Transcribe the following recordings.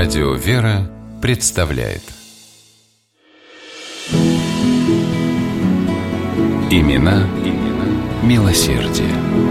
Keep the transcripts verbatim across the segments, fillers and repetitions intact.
Радио «Вера» представляет Имена, имена милосердия.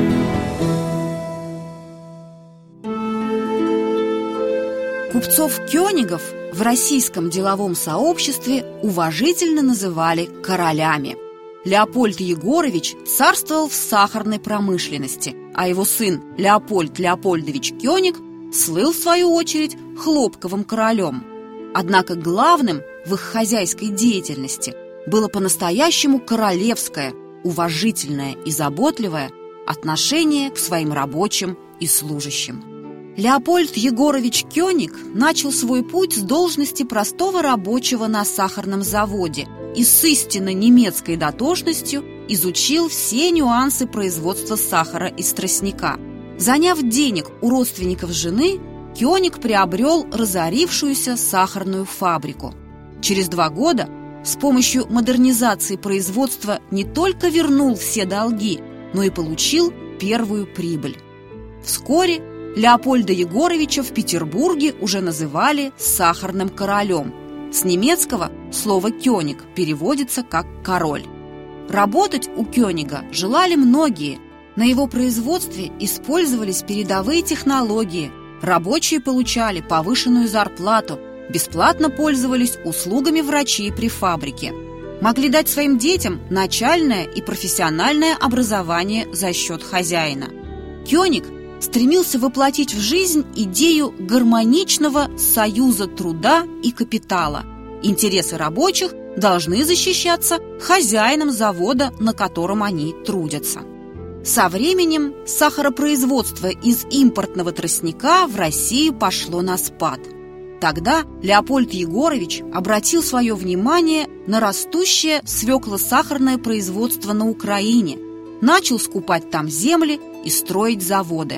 Купцов Кёнигов в российском деловом сообществе уважительно называли королями. Леопольд Егорович царствовал в сахарной промышленности, а его сын Леопольд Леопольдович Кёниг слыл, в свою очередь, хлопковым королем. Однако главным в их хозяйской деятельности было по-настоящему королевское, уважительное и заботливое отношение к своим рабочим и служащим. Леопольд Егорович Кёниг начал свой путь с должности простого рабочего на сахарном заводе и с истинно немецкой дотошностью изучил все нюансы производства сахара из тростника. Заняв денег у родственников жены, Кёниг приобрел разорившуюся сахарную фабрику. Через два года с помощью модернизации производства не только вернул все долги, но и получил первую прибыль. Вскоре Леопольда Егоровича в Петербурге уже называли сахарным королем. С немецкого слово «кёниг» переводится как «король». Работать у Кёнига желали многие. На его производстве использовались передовые технологии, рабочие получали повышенную зарплату, бесплатно пользовались услугами врачей при фабрике, могли дать своим детям начальное и профессиональное образование за счет хозяина. Кёниг стремился воплотить в жизнь идею гармоничного союза труда и капитала. Интересы рабочих должны защищаться хозяином завода, на котором они трудятся. Со временем сахаропроизводство из импортного тростника в России пошло на спад. Тогда Леопольд Егорович обратил свое внимание на растущее свекло-сахарное производство на Украине, начал скупать там земли и строить заводы.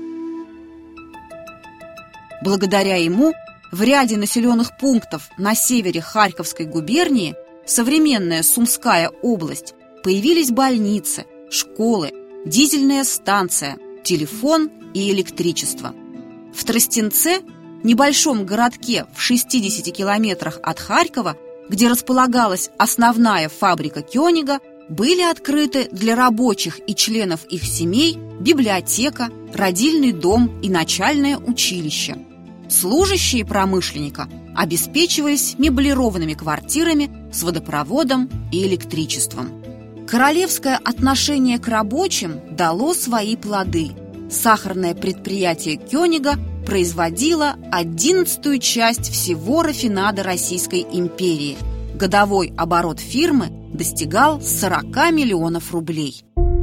Благодаря ему в ряде населенных пунктов на севере Харьковской губернии, современная Сумская область, появились больницы, школы, дизельная станция, телефон и электричество. В Тростенце, небольшом городке в шестидесяти километрах от Харькова, где располагалась основная фабрика Кёнига, были открыты для рабочих и членов их семей библиотека, родильный дом и начальное училище. Служащие промышленника обеспечивались меблированными квартирами с водопроводом и электричеством. Королевское отношение к рабочим дало свои плоды. Сахарное предприятие Кёнига производило одиннадцатую часть всего рафинада Российской империи. Годовой оборот фирмы достигал сорока миллионов рублей.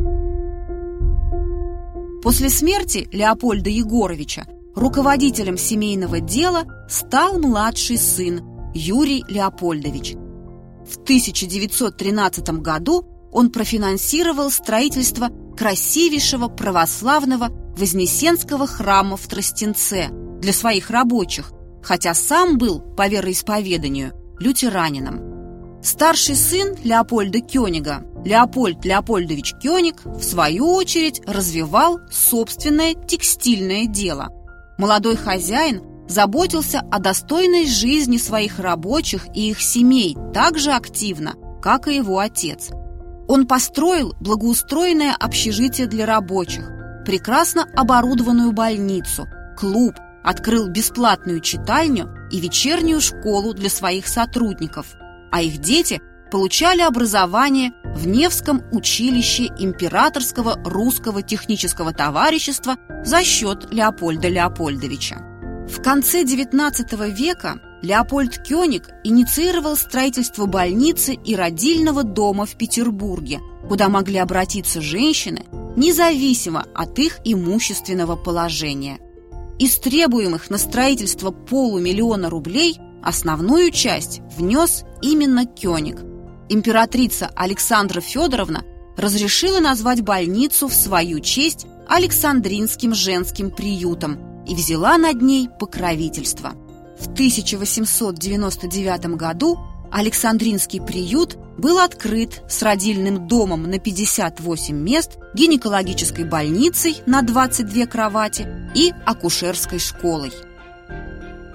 После смерти Леопольда Егоровича руководителем семейного дела стал младший сын Юрий Леопольдович. В тысяча девятьсот тринадцатом году он профинансировал строительство красивейшего православного Вознесенского храма в Тростенце для своих рабочих, хотя сам был по вероисповеданию лютеранином. Старший сын Леопольда Кёнига, Леопольд Леопольдович Кёниг, в свою очередь развивал собственное текстильное дело. Молодой хозяин заботился о достойной жизни своих рабочих и их семей так же активно, как и его отец. Он построил благоустроенное общежитие для рабочих, прекрасно оборудованную больницу, клуб, открыл бесплатную читальню и вечернюю школу для своих сотрудников, а их дети получали образование в Невском училище Императорского русского технического товарищества за счет Леопольда Леопольдовича. В конце девятнадцатого века Леопольд Кёниг инициировал строительство больницы и родильного дома в Петербурге, куда могли обратиться женщины, независимо от их имущественного положения. Из требуемых на строительство полумиллиона рублей основную часть внес именно Кёниг. Императрица Александра Федоровна разрешила назвать больницу в свою честь Александринским женским приютом и взяла над ней покровительство. В тысяча восемьсот девяносто девятом году Александринский приют был открыт с родильным домом на пятьдесят восемь мест, гинекологической больницей на двадцать две кровати и акушерской школой.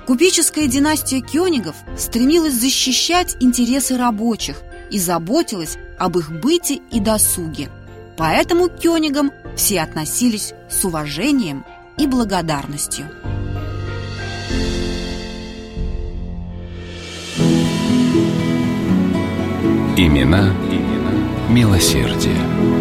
Купеческая династия Кёнигов стремилась защищать интересы рабочих и заботилась об их быте и досуге. Поэтому к Кёнигам все относились с уважением и благодарностью. Имена, имена милосердия.